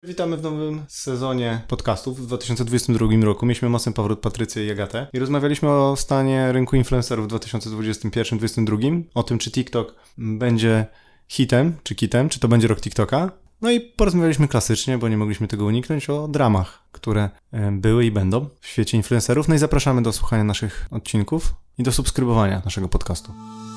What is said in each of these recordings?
Witamy w nowym sezonie podcastów w 2022 roku. Mieliśmy Masę Powrót, Patrycję i Agatę i rozmawialiśmy o stanie rynku influencerów w 2021-2022, o tym, czy TikTok będzie hitem, czy kitem, czy to będzie rok TikToka. No i porozmawialiśmy klasycznie, bo nie mogliśmy tego uniknąć, o dramach, które były i będą w świecie influencerów. No i zapraszamy do słuchania naszych odcinków i do subskrybowania naszego podcastu.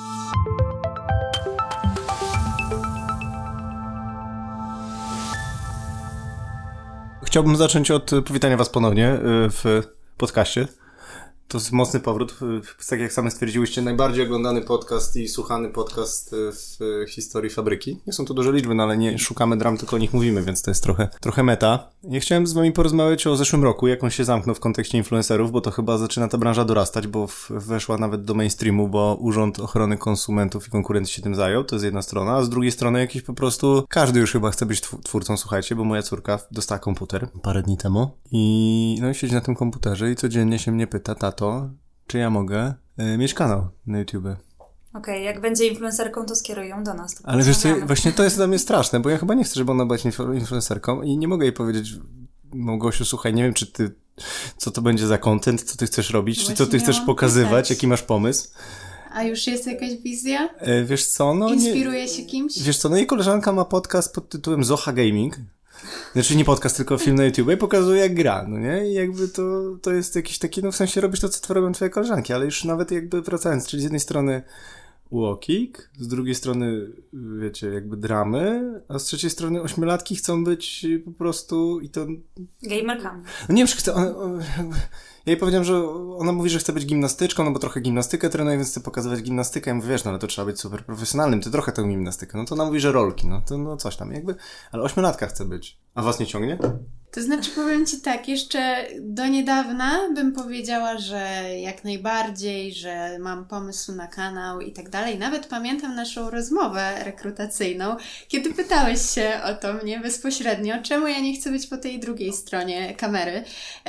Chciałbym zacząć od powitania Was ponownie w podcaście. To jest mocny powrót. Tak jak sami stwierdziłyście, najbardziej oglądany podcast i słuchany podcast w historii fabryki. Nie są to duże liczby, no ale nie szukamy dram, tylko o nich mówimy, więc to jest trochę meta. Ja chciałem z Wami porozmawiać o zeszłym roku, jak on się zamknął w kontekście influencerów, bo to chyba zaczyna ta branża dorastać, bo weszła nawet do mainstreamu, bo Urząd Ochrony Konsumentów i Konkurencji się tym zajął, to jest jedna strona, a z drugiej strony jakiś po prostu, każdy już chyba chce być twórcą, słuchajcie, bo moja córka dostała komputer parę dni temu i siedzi na tym komputerze i codziennie się mnie pyta: tato, czy ja mogę mieć kanał na YouTube? Okej, jak będzie influencerką, to skieruj ją do nas. Ale wiesz co, właśnie to jest dla mnie straszne, bo ja chyba nie chcę, żeby ona była influencerką i nie mogę jej powiedzieć: Małgosiu, słuchaj, nie wiem, co to będzie za content, co ty chcesz robić, właśnie, czy co ty chcesz pokazywać, jaki masz pomysł. A już jest jakaś wizja? Wiesz co, Inspiruje się kimś? Wiesz co, jej koleżanka ma podcast pod tytułem Zoha Gaming. Znaczy nie podcast, tylko film na YouTube i pokazuje, jak gra, no nie? I jakby to jest jakiś taki, w sensie robisz to, co robią twoje koleżanki, ale już nawet jakby wracając, czyli z jednej strony UOKiK, z drugiej strony, wiecie, jakby dramy, a z trzeciej strony ośmiolatki chcą być po prostu i to... gamerkami. No nie wiem, czy chce... Ja jej powiedziałem, że ona mówi, że chce być gimnastyczką, no bo trochę gimnastykę trenuje, więc chce pokazywać gimnastykę. Ja mówię, wiesz, ale to trzeba być super profesjonalnym, ty trochę tę gimnastykę. No to ona mówi, że rolki, to coś tam jakby, ale ośmiolatka chce być. A was nie ciągnie? To znaczy, powiem ci tak, jeszcze do niedawna bym powiedziała, że jak najbardziej, że mam pomysł na kanał i tak dalej. Nawet pamiętam naszą rozmowę rekrutacyjną, kiedy pytałeś się o to mnie bezpośrednio, czemu ja nie chcę być po tej drugiej stronie kamery.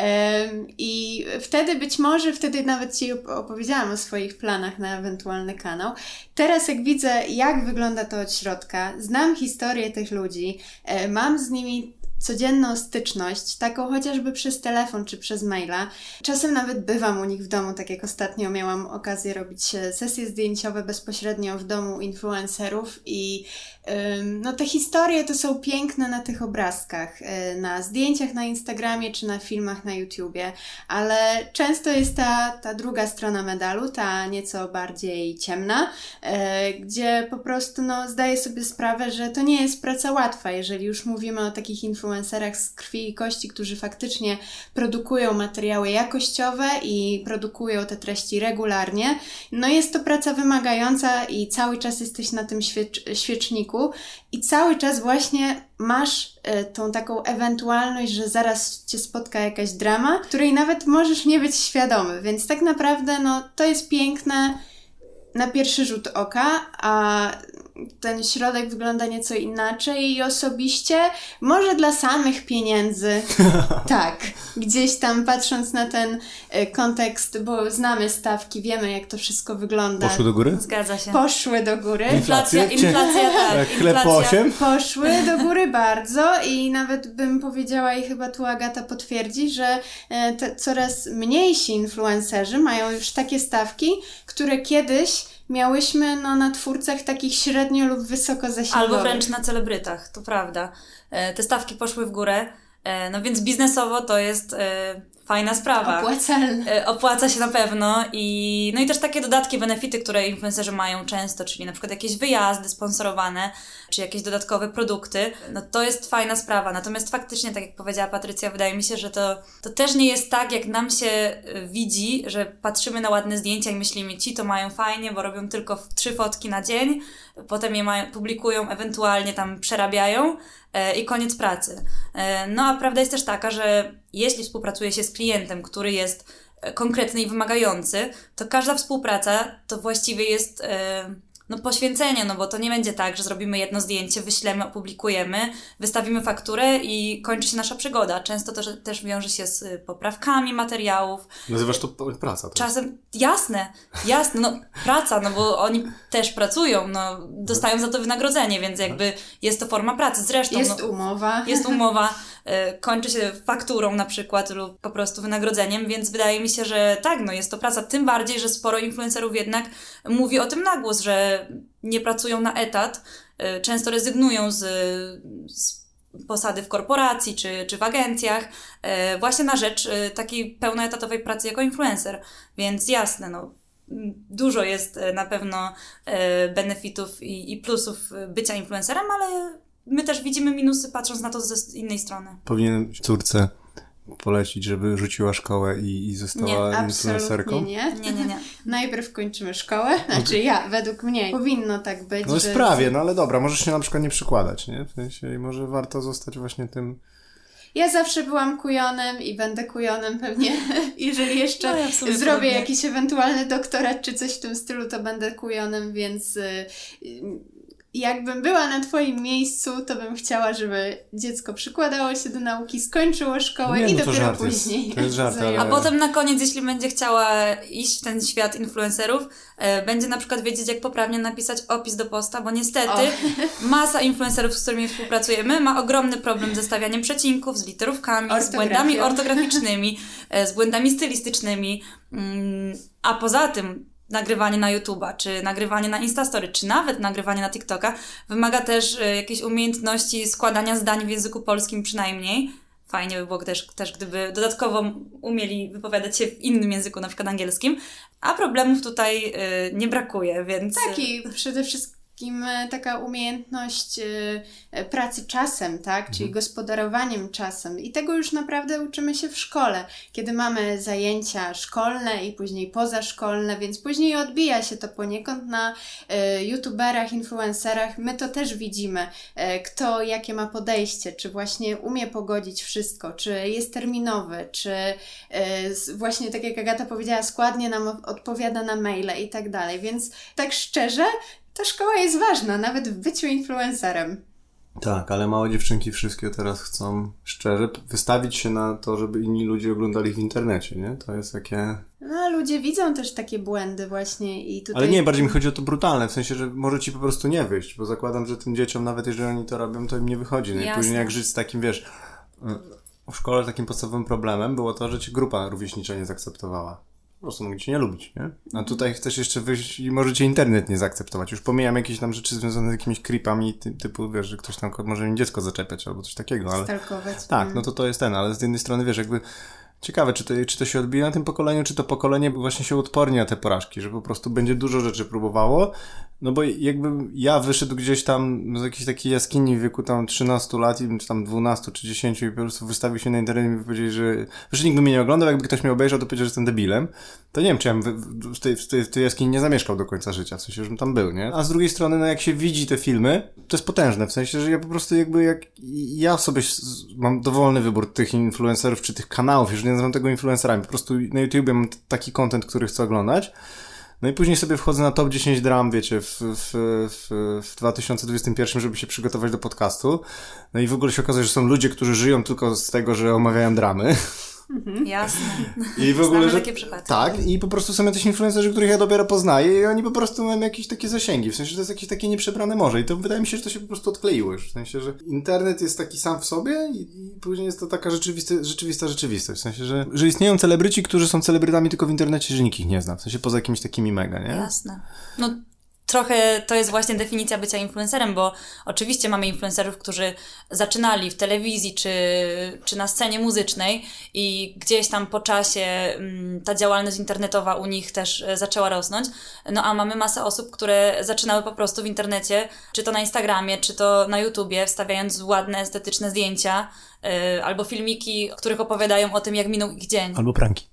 I wtedy nawet ci opowiedziałam o swoich planach na ewentualny kanał. Teraz jak widzę, jak wygląda to od środka, znam historię tych ludzi, mam z nimi codzienną styczność, taką chociażby przez telefon czy przez maila. Czasem nawet bywam u nich w domu, tak jak ostatnio miałam okazję robić sesje zdjęciowe bezpośrednio w domu influencerów i te historie to są piękne na tych obrazkach, na zdjęciach na Instagramie czy na filmach na YouTubie, ale często jest ta druga strona medalu, ta nieco bardziej ciemna, gdzie po prostu zdaję sobie sprawę, że to nie jest praca łatwa, jeżeli już mówimy o takich influencerach z krwi i kości, którzy faktycznie produkują materiały jakościowe i produkują te treści regularnie. Jest to praca wymagająca i cały czas jesteś na tym świeczniku i cały czas właśnie masz tą taką ewentualność, że zaraz cię spotka jakaś drama, której nawet możesz nie być świadomy, więc tak naprawdę to jest piękne na pierwszy rzut oka, a ten środek wygląda nieco inaczej i osobiście, może dla samych pieniędzy, tak, gdzieś tam patrząc na ten kontekst, bo znamy stawki, wiemy jak to wszystko wygląda. Poszły do góry? Zgadza się. Poszły do góry. Inflacja, tak. Chleb po 8? Poszły do góry bardzo i nawet bym powiedziała, i chyba tu Agata potwierdzi, że coraz mniejsi influencerzy mają już takie stawki, które kiedyś miałyśmy na twórcach takich średnio lub wysoko zasięgowych. Albo wręcz na celebrytach, to prawda. Te stawki poszły w górę, więc biznesowo to jest fajna sprawa. Opłacalne. Opłaca się na pewno i też takie dodatki, benefity, które influencerzy mają często, czyli na przykład jakieś wyjazdy sponsorowane, czy jakieś dodatkowe produkty, to jest fajna sprawa. Natomiast faktycznie, tak jak powiedziała Patrycja, wydaje mi się, że to też nie jest tak, jak nam się widzi, że patrzymy na ładne zdjęcia i myślimy, ci to mają fajnie, bo robią tylko 3 fotki na dzień, potem je publikują, ewentualnie tam przerabiają i koniec pracy. A prawda jest też taka, że jeśli współpracuje się z klientem, który jest konkretny i wymagający, to każda współpraca to właściwie jest poświęcenie, bo to nie będzie tak, że zrobimy jedno zdjęcie, wyślemy, opublikujemy, wystawimy fakturę i kończy się nasza przygoda. Często to też wiąże się z poprawkami materiałów. Nazywasz to praca. Czasem, jasne, praca, bo oni też pracują, dostają za to wynagrodzenie, więc jakby jest to forma pracy. Zresztą jest umowa. Jest umowa, kończy się fakturą na przykład lub po prostu wynagrodzeniem, więc wydaje mi się, że tak, jest to praca. Tym bardziej, że sporo influencerów jednak mówi o tym na głos, że nie pracują na etat, często rezygnują z posady w korporacji czy w agencjach właśnie na rzecz takiej pełnoetatowej pracy jako influencer. Więc jasne, dużo jest na pewno benefitów i plusów bycia influencerem, ale my też widzimy minusy, patrząc na to z innej strony. Powinienem córce polecić, żeby rzuciła szkołę i została influencerką? Nie. Najpierw kończymy szkołę, według mnie powinno tak być. Jest prawie, ale dobra, możesz się na przykład nie przykładać, nie? W sensie może warto zostać właśnie tym... Ja zawsze byłam kujonem i będę kujonem pewnie, jeżeli jeszcze zrobię jakiś ewentualny doktorat czy coś w tym stylu, to będę kujonem, więc... Jakbym była na Twoim miejscu, to bym chciała, żeby dziecko przykładało się do nauki, skończyło szkołę i dopiero później. To jest żart, ale... A potem na koniec, jeśli będzie chciała iść w ten świat influencerów, będzie na przykład wiedzieć, jak poprawnie napisać opis do posta, bo niestety masa influencerów, z którymi współpracujemy, ma ogromny problem ze stawianiem przecinków, z literówkami, z błędami ortograficznymi, z błędami stylistycznymi, a poza tym nagrywanie na YouTube'a, czy nagrywanie na Instastory, czy nawet nagrywanie na TikToka wymaga też jakiejś umiejętności składania zdań w języku polskim przynajmniej. Fajnie by było też gdyby dodatkowo umieli wypowiadać się w innym języku, na przykład angielskim, a problemów tutaj nie brakuje, więc... Tak, i przede wszystkim taka umiejętność pracy czasem, tak? Czyli gospodarowaniem czasem. I tego już naprawdę uczymy się w szkole, kiedy mamy zajęcia szkolne i później pozaszkolne, więc później odbija się to poniekąd na youtuberach, influencerach. My to też widzimy, kto jakie ma podejście, czy właśnie umie pogodzić wszystko, czy jest terminowy, czy właśnie tak jak Agata powiedziała, składnie nam odpowiada na maile i tak dalej. Więc tak szczerze, ta szkoła jest ważna, nawet w byciu influencerem. Tak, ale małe dziewczynki wszystkie teraz chcą szczerze wystawić się na to, żeby inni ludzie oglądali ich w internecie, nie? To jest takie... ludzie widzą też takie błędy właśnie i tutaj... Ale nie, bardziej mi chodzi o to brutalne, w sensie, że może ci po prostu nie wyjść, bo zakładam, że tym dzieciom, nawet jeżeli oni to robią, to im nie wychodzi. No i później jak żyć z takim, w szkole takim podstawowym problemem było to, że cię grupa rówieśnicza nie zaakceptowała. Po prostu mogli cię nie lubić, nie? A tutaj chcesz jeszcze wyjść i może cię internet nie zaakceptować. Już pomijam jakieś tam rzeczy związane z jakimiś creepami, typu, że ktoś tam może mi dziecko zaczepiać albo coś takiego, ale... Stalkować. Tak, to jest ale z jednej strony, jakby ciekawe, czy to się odbije na tym pokoleniu, czy to pokolenie właśnie się uodporni na te porażki, że po prostu będzie dużo rzeczy próbowało, bo jakbym ja wyszedł gdzieś tam z jakiejś takiej jaskini w wieku tam 13 lat, czy tam 12 czy 10 i po prostu wystawił się na internet i mi powiedzieli, że nikt by mnie nie oglądał, jakby ktoś mnie obejrzał, to powiedział, że jestem debilem, to nie wiem, czy ja bym w tej jaskini nie zamieszkał do końca życia, w sensie, żebym tam był, nie? A z drugiej strony, jak się widzi te filmy, to jest potężne, w sensie, że ja po prostu jak ja sobie mam dowolny wybór tych influencerów, czy tych kanałów, już nie nazywam tego influencerami, po prostu na YouTubie mam taki content, który chcę oglądać. No i później sobie wchodzę na top 10 dram, wiecie, w 2021, żeby się przygotować do podcastu. No i w ogóle się okazuje, że są ludzie, którzy żyją tylko z tego, że omawiają dramy. Jasne. I w ogóle, takie przypadki. Tak, i po prostu są jacyś influencerzy, których ja dopiero poznaję i oni po prostu mają jakieś takie zasięgi, w sensie, że to jest jakieś takie nieprzebrane morze i to wydaje mi się, że to się po prostu odkleiło już, w sensie, że internet jest taki sam w sobie i później jest to taka rzeczywista rzeczywistość, w sensie, że istnieją celebryci, którzy są celebrytami tylko w internecie, że nikt ich nie zna, w sensie poza jakimiś takimi mega, nie? Jasne. Trochę to jest właśnie definicja bycia influencerem, bo oczywiście mamy influencerów, którzy zaczynali w telewizji czy na scenie muzycznej i gdzieś tam po czasie ta działalność internetowa u nich też zaczęła rosnąć. No a mamy masę osób, które zaczynały po prostu w internecie, czy to na Instagramie, czy to na YouTubie, wstawiając ładne, estetyczne zdjęcia albo filmiki, w których opowiadają o tym, jak minął ich dzień. Albo pranki.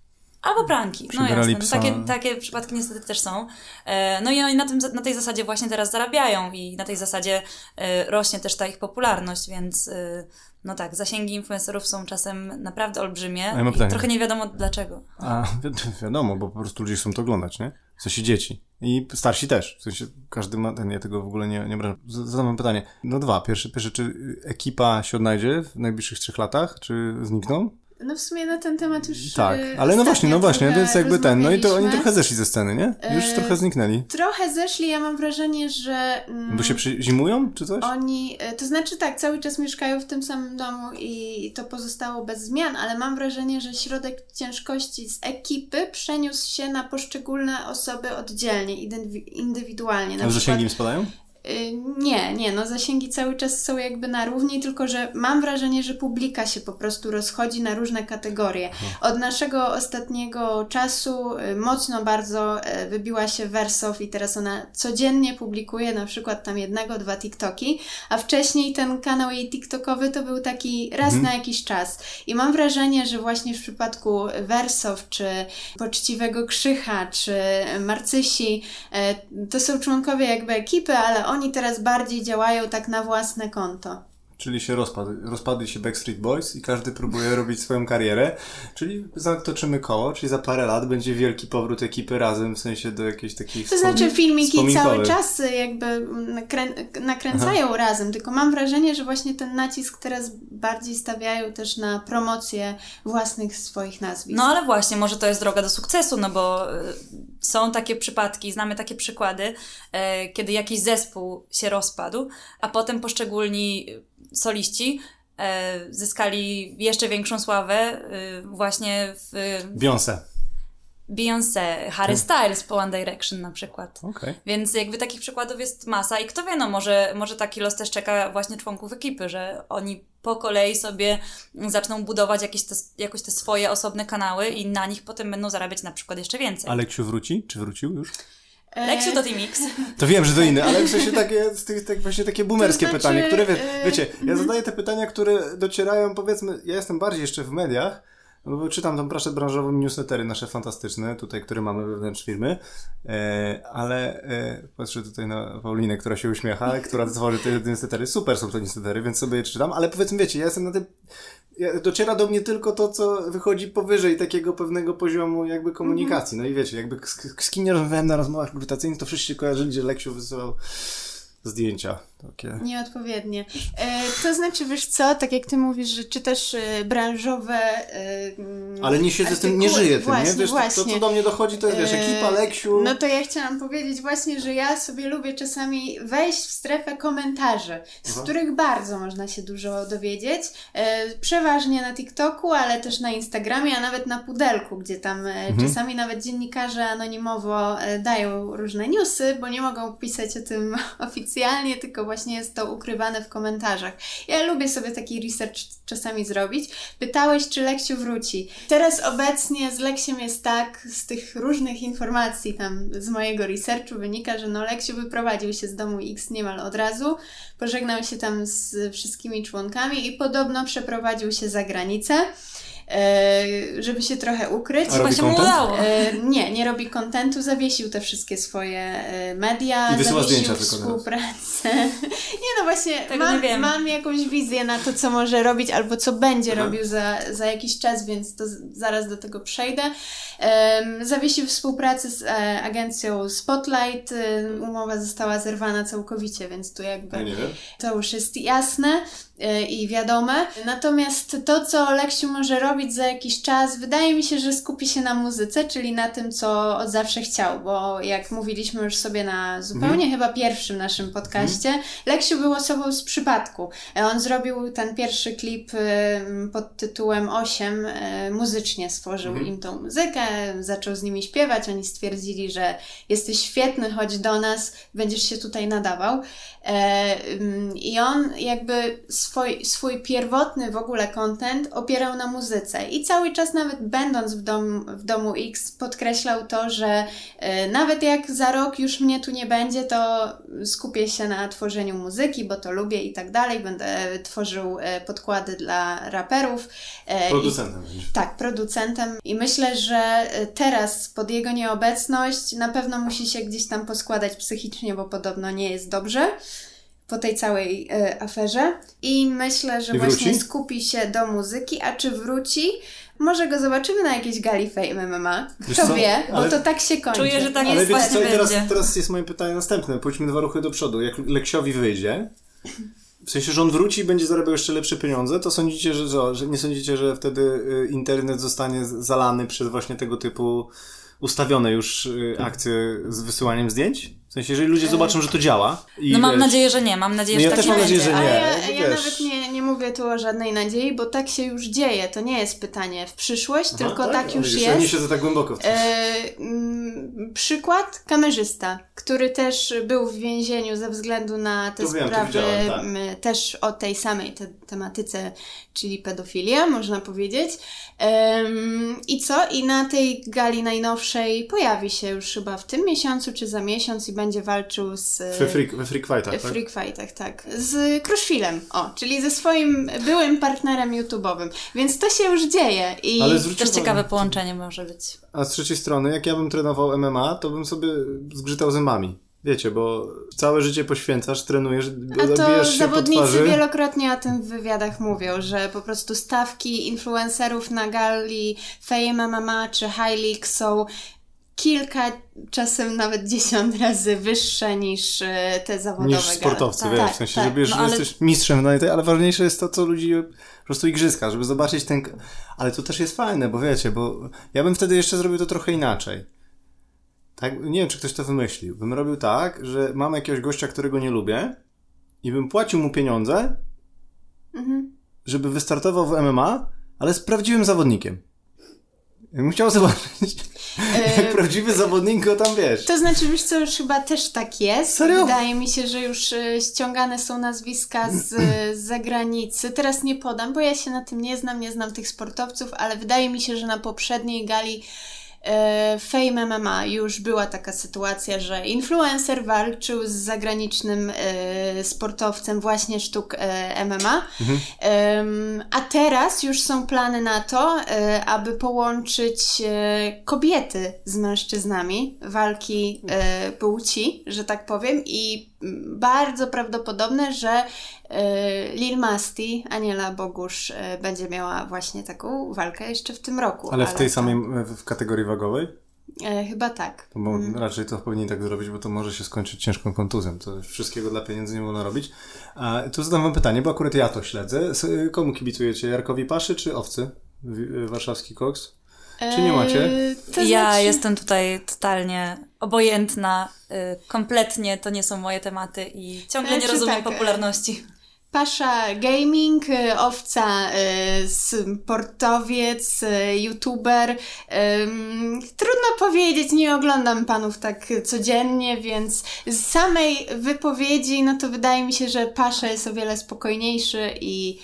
Albo pranki, no Przybierali jasne. psa. Takie przypadki niestety też są. No i oni na tej zasadzie właśnie teraz zarabiają i na tej zasadzie rośnie też ta ich popularność, więc no tak, zasięgi influencerów są czasem naprawdę olbrzymie ja mam i pytanie. trochę nie wiadomo dlaczego. A wiadomo, bo po prostu ludzie chcą to oglądać, nie? W sensie dzieci. I starsi też. W sensie każdy ma ja tego w ogóle nie obrażam. Zadam wam pytanie. No dwa. Pierwsze, czy ekipa się odnajdzie w najbliższych 3 latach? Czy znikną? No w sumie na ten temat już Tak, ale no właśnie, więc jakby no i to oni trochę zeszli ze sceny, nie? Już trochę zniknęli. Trochę zeszli, ja mam wrażenie, że... Bo się zimują, czy coś? Oni, to znaczy tak, cały czas mieszkają w tym samym domu i to pozostało bez zmian, ale mam wrażenie, że środek ciężkości z ekipy przeniósł się na poszczególne osoby oddzielnie, indywidualnie. Ale zasięgi im spadają? Nie, no zasięgi cały czas są jakby na równi, tylko że mam wrażenie, że publika się po prostu rozchodzi na różne kategorie. Od naszego ostatniego czasu mocno bardzo wybiła się Wersow i teraz ona codziennie publikuje na przykład tam 1-2 TikToki, a wcześniej ten kanał jej TikTokowy to był taki raz na jakiś czas. I mam wrażenie, że właśnie w przypadku Wersow, czy Poczciwego Krzycha, czy Marcysi, to są członkowie jakby ekipy, ale oni teraz bardziej działają tak na własne konto. Czyli się rozpadli się Backstreet Boys i każdy próbuje robić swoją karierę, czyli zatoczymy koło, czyli za parę lat będzie wielki powrót ekipy razem, w sensie do jakichś takich to znaczy filmiki cały czas jakby nakręcają razem, tylko mam wrażenie, że właśnie ten nacisk teraz bardziej stawiają też na promocję własnych swoich nazwisk. No ale właśnie, może to jest droga do sukcesu, no bo są takie przypadki, znamy takie przykłady, kiedy jakiś zespół się rozpadł, a potem poszczególni soliści zyskali jeszcze większą sławę właśnie w... Beyoncé, Harry Styles po One Direction na przykład. Okay. Więc jakby takich przykładów jest masa i kto wie, no może taki los też czeka właśnie członków ekipy, że oni po kolei sobie zaczną budować jakoś te swoje osobne kanały i na nich potem będą zarabiać na przykład jeszcze więcej. A Leksiu wróci? Czy wrócił już? Leksiu to Team X. To wiem, że to inne, ale w sensie właśnie takie boomerskie pytanie, które wiecie, ja zadaję te pytania, które docierają, powiedzmy, ja jestem bardziej jeszcze w mediach, bo czytam tam branżowe newslettery nasze fantastyczne, tutaj, które mamy wewnątrz firmy, ale patrzę tutaj na Paulinę, która się uśmiecha, która tworzy te newslettery, super są te newslettery, więc sobie je czytam, ale powiedzmy, wiecie, ja jestem na tym, dociera do mnie tylko to, co wychodzi powyżej takiego pewnego poziomu jakby komunikacji, no i wiecie, jakby z kim nie rozmawiałem na rozmowach rekrutacyjnych, to wszyscy się kojarzyli, że Leksiu wysyłał zdjęcia takie. Nieodpowiednie. To znaczy, wiesz co, tak jak ty mówisz, że czytasz branżowe ale nie siedzę z tym, nie żyję tym, właśnie, nie? Wiesz, właśnie. To, co do mnie dochodzi, to jest, wiesz, ekipa, Leksiu. No to ja chciałam powiedzieć właśnie, że ja sobie lubię czasami wejść w strefę komentarzy, z których bardzo można się dużo dowiedzieć. Przeważnie na TikToku, ale też na Instagramie, a nawet na Pudelku, gdzie tam czasami nawet dziennikarze anonimowo dają różne newsy, bo nie mogą pisać o tym oficjalnie, tylko właśnie jest to ukrywane w komentarzach. Ja lubię sobie taki research czasami zrobić. Pytałeś, czy Leksiu wróci. Teraz obecnie z Leksiem jest tak, z tych różnych informacji tam z mojego researchu wynika, że no Leksiu wyprowadził się z domu X niemal od razu, pożegnał się tam z wszystkimi członkami i podobno przeprowadził się za granicę, żeby się trochę ukryć. A robi content? Nie robi kontentu, zawiesił te wszystkie swoje media, i wysyła zawiesił zdjęcia współpracę. Nie no właśnie, mam jakąś wizję na to, co może robić albo co będzie robił za jakiś czas, więc to zaraz do tego przejdę. Zawiesił współpracę z agencją Spotlight, umowa została zerwana całkowicie, więc tu jakby to już jest jasne i wiadome. Natomiast to, co Leksiu może robić za jakiś czas, wydaje mi się, że skupi się na muzyce, czyli na tym, co od zawsze chciał, bo jak mówiliśmy już sobie na zupełnie chyba pierwszym naszym podcaście, Leksiu był osobą z przypadku. On zrobił ten pierwszy klip pod tytułem 8, muzycznie stworzył im tą muzykę, zaczął z nimi śpiewać, oni stwierdzili, że jesteś świetny, chodź do nas, będziesz się tutaj nadawał. I on jakby swój pierwotny w ogóle content opierał na muzyce i cały czas nawet będąc w domu X podkreślał to, że nawet jak za rok już mnie tu nie będzie, to skupię się na tworzeniu muzyki, bo to lubię i tak dalej, będę tworzył podkłady dla raperów. Producentem. Tak, producentem i myślę, że teraz pod jego nieobecność na pewno musi się gdzieś tam poskładać psychicznie, bo podobno nie jest dobrze po tej całej aferze i myślę, że właśnie skupi się do muzyki, a czy wróci? Może go zobaczymy na jakiejś gali Fame MMA. Kto wie, bo to tak się kończy. Czuję, że tak ale jest właśnie będzie. Teraz jest moje pytanie następne. Pójdźmy 2 ruchy do przodu. Jak Leksiowi wyjdzie, w sensie, że on wróci i będzie zarabiał jeszcze lepsze pieniądze, to sądzicie, że nie sądzicie, że wtedy internet zostanie zalany przez właśnie tego typu ustawione już akcje z wysyłaniem zdjęć? W sensie, jeżeli ludzie zobaczą, że to działa. I mam nadzieję, że nie. Mam nadzieję, że tak nie będzie. Ale ja nawet nie mówię tu o żadnej nadziei, bo tak się już dzieje. To nie jest pytanie w przyszłość, tylko tak już jest. Ja nie siedzę tak głęboko w tym. Przykład kamerzysta, który też był w więzieniu ze względu na te sprawy też o tej samej tematyce, czyli pedofilia, można powiedzieć. I co? I na tej gali najnowszej pojawi się już chyba w tym miesiącu, czy za miesiąc i będzie walczył z... We Freak Fightach, tak? Freak Fightach, tak. Z Kruszwilem, czyli ze swoim byłym partnerem YouTube'owym. Więc to się już dzieje. I ale też ciekawe połączenie może być. A z trzeciej strony, jak ja bym trenował MMA, to bym sobie zgrzytał zębami. Wiecie, bo całe życie poświęcasz, trenujesz, bijesz się zawodnicy wielokrotnie o tym w wywiadach mówią, że po prostu stawki influencerów na gali Fame MMA czy High League są kilka, czasem nawet 10 razy wyższe niż te zawodowe niż sportowcy, gale. wiesz, w sensie, że jesteś mistrzem, ale ważniejsze jest to, co ludzi, po prostu igrzyska, żeby zobaczyć ten... Ale to też jest fajne, bo wiecie, bo ja bym wtedy jeszcze zrobił to trochę inaczej. Tak? Nie wiem, czy ktoś to wymyślił. Bym robił tak, że mam jakiegoś gościa, którego nie lubię i bym płacił mu pieniądze, żeby wystartował w MMA, ale z prawdziwym zawodnikiem. Ja bym chciał zobaczyć, jak prawdziwy zawodnik go tam, wiesz. To znaczy, wiesz co, już chyba też tak jest. Serio? Wydaje mi się, że już ściągane są nazwiska z zagranicy. Teraz nie podam, bo ja się na tym nie znam tych sportowców, ale wydaje mi się, że na poprzedniej gali Fame MMA już była taka sytuacja, że influencer walczył z zagranicznym sportowcem właśnie sztuk MMA, a teraz już są plany na to, aby połączyć kobiety z mężczyznami, walki płci, że tak powiem, i bardzo prawdopodobne, że Lil Masti, Aniela Bogusz będzie miała właśnie taką walkę jeszcze w tym roku. Ale w tej samej w kategorii wagowej? Chyba tak. Bo raczej to powinni tak zrobić, bo to może się skończyć ciężką kontuzją. To wszystkiego dla pieniędzy nie można robić. A tu zadam wam pytanie, bo akurat ja to śledzę. Komu kibicujecie? Jarkowi Paszy czy Owcy? Warszawski Koks? Czy nie macie? Ja jestem tutaj totalnie obojętna. Kompletnie to nie są moje tematy i ciągle nie rozumiem popularności. Pasza gaming, Owca sportowiec, youtuber. Trudno powiedzieć, nie oglądam panów tak codziennie, więc z samej wypowiedzi, no to wydaje mi się, że Pasza jest o wiele spokojniejszy i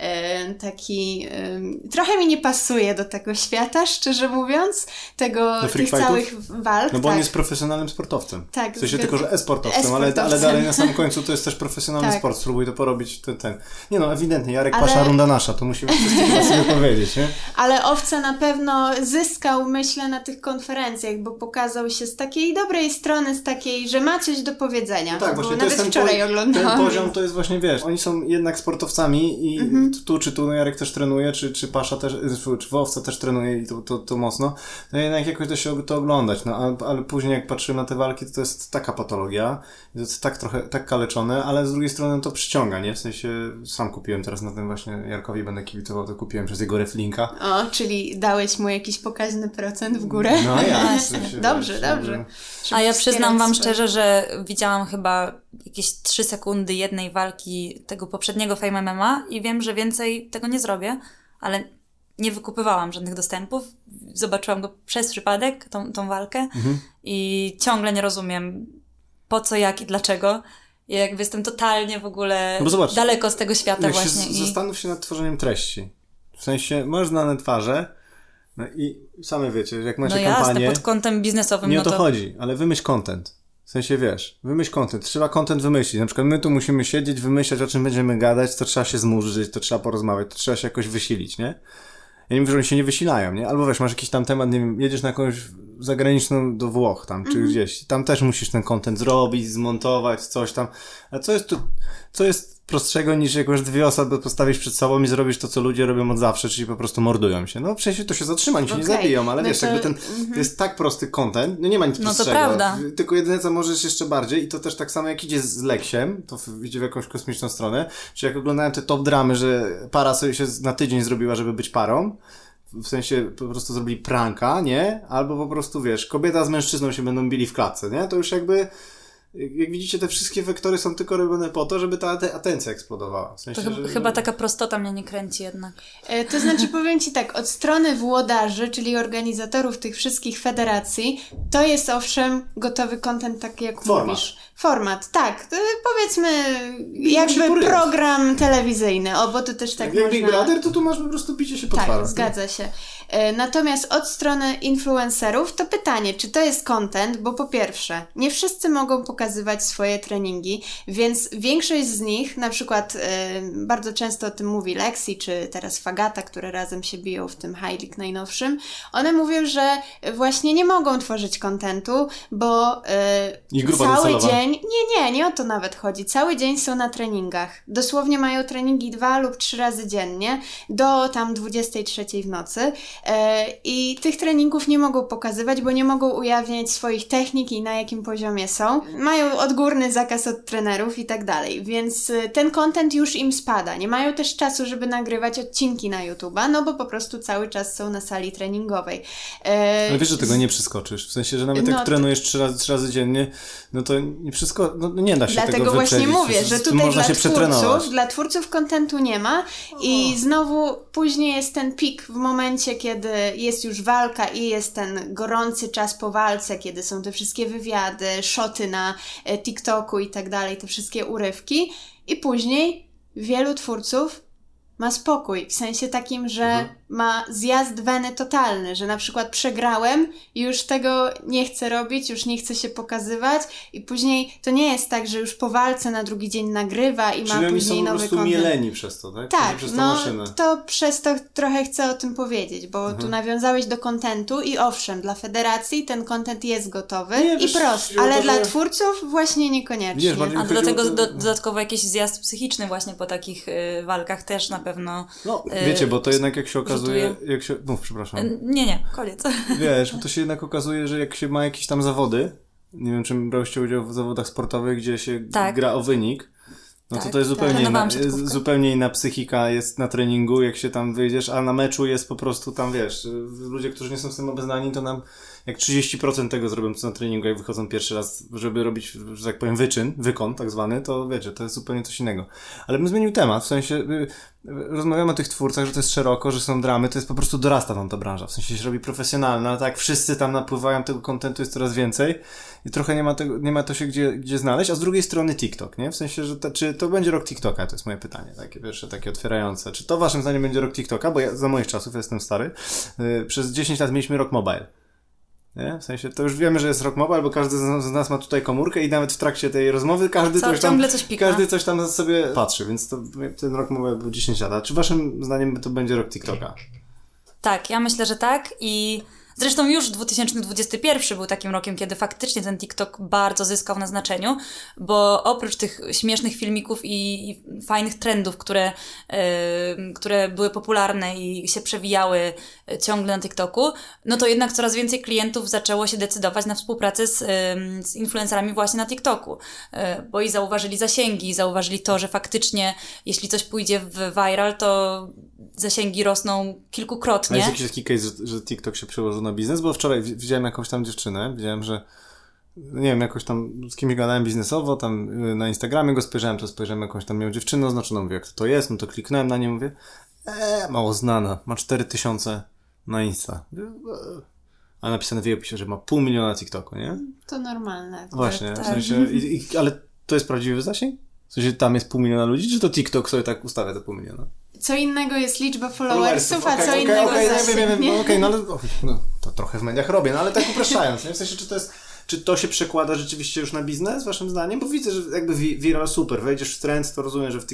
taki trochę mi nie pasuje do tego świata, szczerze mówiąc, tych całych walk. No bo on jest profesjonalnym sportowcem. Tak. W sensie tylko, że e-sportowcem, ale dalej na samym końcu to jest też profesjonalny sport. Spróbuj to porobić. Nie no, ewidentnie, Jarek Pasza, runda nasza, to musimy wszyscy chyba sobie powiedzieć, nie? Ale Owca na pewno zyskał, myślę, na tych konferencjach, bo pokazał się z takiej dobrej strony, z takiej, że ma coś do powiedzenia. No tak, właśnie nawet wczoraj oglądałam. Ten poziom to jest właśnie, wiesz, oni są jednak sportowcami i tu czy tu, no Jarek też trenuje, czy Pasza też, czy Owca też trenuje i to mocno, no jednak jakoś da się to oglądać, no ale później jak patrzyłem na te walki, to jest taka patologia, to jest tak kaleczone, ale z drugiej strony to przyciąga, nie? W sensie sam kupiłem teraz na tym właśnie Jarkowi, będę kibicował, to kupiłem przez jego reflinka. O, czyli dałeś mu jakiś pokaźny procent w górę? No ja. Dobrze. A ja przyznam wam szczerze, że widziałam chyba jakieś 3 sekundy jednej walki tego poprzedniego Fame MMA i wiem, że więcej tego nie zrobię, ale nie wykupywałam żadnych dostępów. Zobaczyłam go przez przypadek, tą walkę i ciągle nie rozumiem po co, jak i dlaczego. Ja jakby jestem totalnie w ogóle No bo zobacz, daleko z tego świata właśnie. Zastanów się nad tworzeniem treści. W sensie, masz znane twarze, no i same wiecie, że jak macie kampanię... pod kątem biznesowym, Nie o to chodzi, ale wymyśl content. W sensie, wiesz, wymyśl content. Trzeba content wymyślić. Na przykład my tu musimy siedzieć, wymyślać, o czym będziemy gadać, to trzeba się zmurzyć, to trzeba porozmawiać, to trzeba się jakoś wysilić, nie? Ja nie mówię, że oni się nie wysilają, nie? Albo wiesz, masz jakiś tam temat, nie wiem, jedziesz na jakąś zagraniczną do Włoch tam, czy gdzieś. Tam też musisz ten content zrobić, zmontować, coś tam. A co jest prostszego niż jak masz 2 osoby postawisz przed sobą i zrobisz to, co ludzie robią od zawsze, czyli po prostu mordują się. No przecież to się zatrzyma, oni się nie zabiją, ale wiesz, jakby to jest tak prosty content, no nie ma nic prostszego. No to prawda. Tylko jedyne, co możesz jeszcze bardziej i to też tak samo jak idzie z Leksiem, to idzie w jakąś kosmiczną stronę, czy jak oglądałem te top dramy, że para sobie się na tydzień zrobiła, żeby być parą, w sensie po prostu zrobili pranka, nie? Albo po prostu, wiesz, kobieta z mężczyzną się będą bili w klatce, nie? To już jakby, jak widzicie, te wszystkie wektory są tylko robione po to, żeby ta atencja eksplodowała. W sensie, to chyba taka prostota mnie nie kręci jednak. To znaczy, powiem Ci tak, od strony włodarzy, czyli organizatorów tych wszystkich federacji, to jest owszem gotowy content, tak jak mówisz. Format, tak. Powiedzmy, jakby program telewizyjny, bo to też tak jak można... Jak Big Brother, to tu masz po prostu bicie się po twarzy. Tak, zgadza się. Natomiast od strony influencerów to pytanie, czy to jest content, bo po pierwsze, nie wszyscy mogą pokazywać swoje treningi, więc większość z nich, na przykład bardzo często o tym mówi Lexi, czy teraz Fagata, które razem się biją w tym High League najnowszym, one mówią, że właśnie nie mogą tworzyć contentu, bo cały dzień, nie o to nawet chodzi, cały dzień są na treningach. Dosłownie mają treningi 2 lub 3 razy dziennie, do tam 23 w nocy. I tych treningów nie mogą pokazywać, bo nie mogą ujawniać swoich technik i na jakim poziomie są. Mają odgórny zakaz od trenerów i tak dalej, więc ten content już im spada. Nie mają też czasu, żeby nagrywać odcinki na YouTube'a, no bo po prostu cały czas są na sali treningowej. Ale wiesz, że tego nie przeskoczysz. W sensie, że nawet jak trenujesz 3 razy dziennie, no to nie da się dlatego tego wyprzedzić. właśnie mówię, że tutaj dla twórców contentu nie ma i znowu później jest ten pik w momencie, kiedy jest już walka i jest ten gorący czas po walce, kiedy są te wszystkie wywiady, szoty na TikToku i tak dalej, te wszystkie urywki i później wielu twórców ma spokój, w sensie takim, że ma zjazd weny totalny, że na przykład przegrałem i już tego nie chcę robić, już nie chcę się pokazywać i później to nie jest tak, że już po walce na drugi dzień nagrywa i ma później nowy content. Czyli oni są po prostu mieleni przez to, tak? Tak, przez tą maszynę. To przez to trochę chcę o tym powiedzieć, bo tu nawiązałeś do kontentu i owszem, dla federacji ten content jest gotowy i prosty, ale dla twórców właśnie niekoniecznie. A do tego dodatkowo jakiś zjazd psychiczny właśnie po takich walkach też na pewno. No, wiecie, bo to jednak jak się okazuje... przepraszam. Nie, koniec. Wiesz, bo to się jednak okazuje, że jak się ma jakieś tam zawody, nie wiem, czy brałyście udział w zawodach sportowych, gdzie się gra o wynik, no to jest zupełnie inna psychika jest na treningu, jak się tam wyjdziesz, a na meczu jest po prostu tam, wiesz, ludzie, którzy nie są z tym obeznani, to nam jak 30% tego zrobią co na treningu, jak wychodzą pierwszy raz, żeby robić, że tak powiem, wykon tak zwany, to wiecie, to jest zupełnie coś innego. Ale bym zmienił temat, w sensie rozmawiamy o tych twórcach, że to jest szeroko, że są dramy, to jest po prostu dorasta tam ta branża, w sensie się robi profesjonalna, tak, wszyscy tam napływają, tego kontentu jest coraz więcej i trochę nie ma to się gdzie znaleźć, a z drugiej strony TikTok, nie? W sensie, że czy to będzie rok TikToka, to jest moje pytanie, takie pierwsze, takie otwierające. Czy to waszym zdaniem będzie rok TikToka, bo ja za moich czasów, jestem stary, przez 10 lat mieliśmy rok mobile. Nie? W sensie, to już wiemy, że jest rok mobile, bo każdy z nas ma tutaj komórkę i nawet w trakcie tej rozmowy każdy coś tam sobie patrzy, więc ten rok mobile był 10 lat. A czy waszym zdaniem to będzie rok TikToka? Tak, ja myślę, że tak i zresztą już 2021 był takim rokiem, kiedy faktycznie ten TikTok bardzo zyskał na znaczeniu, bo oprócz tych śmiesznych filmików i fajnych trendów, które były popularne i się przewijały ciągle na TikToku, no to jednak coraz więcej klientów zaczęło się decydować na współpracę z influencerami właśnie na TikToku, bo i zauważyli zasięgi, zauważyli to, że faktycznie jeśli coś pójdzie w viral, to zasięgi rosną kilkukrotnie. A jest jakiś taki case, że TikTok się przełożył na biznes? Bo wczoraj widziałem jakąś tam dziewczynę, widziałem, że nie wiem, jakoś tam z kimś gadałem biznesowo, tam na Instagramie go spojrzałem jakąś tam miał dziewczynę oznaczoną, mówię, jak to jest, no to kliknąłem na nie, mówię, mało znana, ma 4000 na Insta. A napisane w jej opisie, że ma 500 000 na TikToku, nie? To normalne. Właśnie, tak. W sensie, ale to jest prawdziwy zasięg? W sensie tam jest 500 000 ludzi, czy to TikTok sobie tak ustawia te 500 000? Co innego jest liczba followersów, a co innego zasięg. Nie, no ale to trochę w mediach robię, no ale tak upraszczając, nie? W sensie, czy to się przekłada rzeczywiście już na biznes, waszym zdaniem? Bo widzę, że jakby viral super, wejdziesz w trend, to rozumiem, że